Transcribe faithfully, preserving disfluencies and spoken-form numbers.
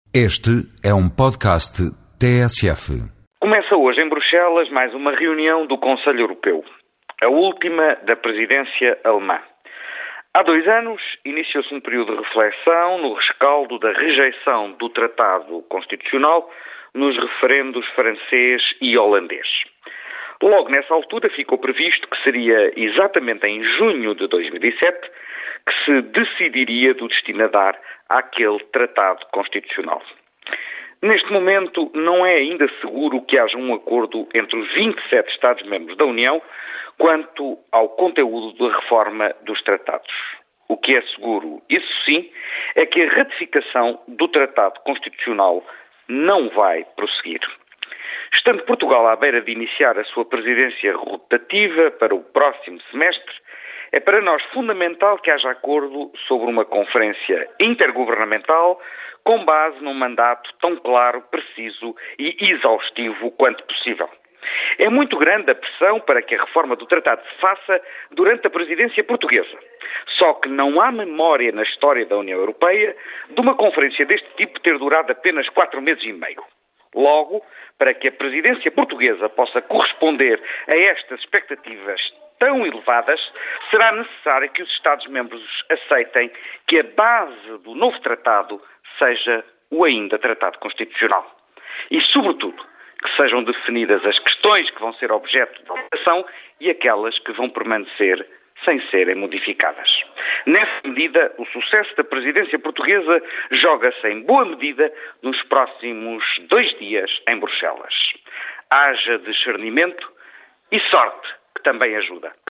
Este é um podcast T S F. Começa hoje em Bruxelas mais uma reunião do Conselho Europeu, a última da presidência alemã. Há dois anos iniciou-se um período de reflexão no rescaldo da rejeição do Tratado Constitucional nos referendos francês e holandês. Logo nessa altura ficou previsto que seria exatamente em junho de dois mil e sete que se decidiria do destino a dar àquele Tratado Constitucional. Neste momento, não é ainda seguro que haja um acordo entre os vinte e sete Estados-membros da União quanto ao conteúdo da reforma dos tratados. O que é seguro, isso sim, é que a ratificação do Tratado Constitucional não vai prosseguir. Estando Portugal à beira de iniciar a sua presidência rotativa para o próximo semestre, é para nós fundamental que haja acordo sobre uma conferência intergovernamental com base num mandato tão claro, preciso e exaustivo quanto possível. É muito grande a pressão para que a reforma do tratado se faça durante a presidência portuguesa. Só que não há memória na história da União Europeia de uma conferência deste tipo ter durado apenas quatro meses e meio. Logo, para que a presidência portuguesa possa corresponder a estas expectativas tão elevadas, será necessário que os Estados-membros aceitem que a base do novo tratado seja o ainda Tratado Constitucional. E, sobretudo, que sejam definidas as questões que vão ser objeto de alteração e aquelas que vão permanecer sem serem modificadas. Nessa medida, o sucesso da presidência portuguesa joga-se em boa medida nos próximos dois dias em Bruxelas. Haja discernimento e sorte, que também ajuda.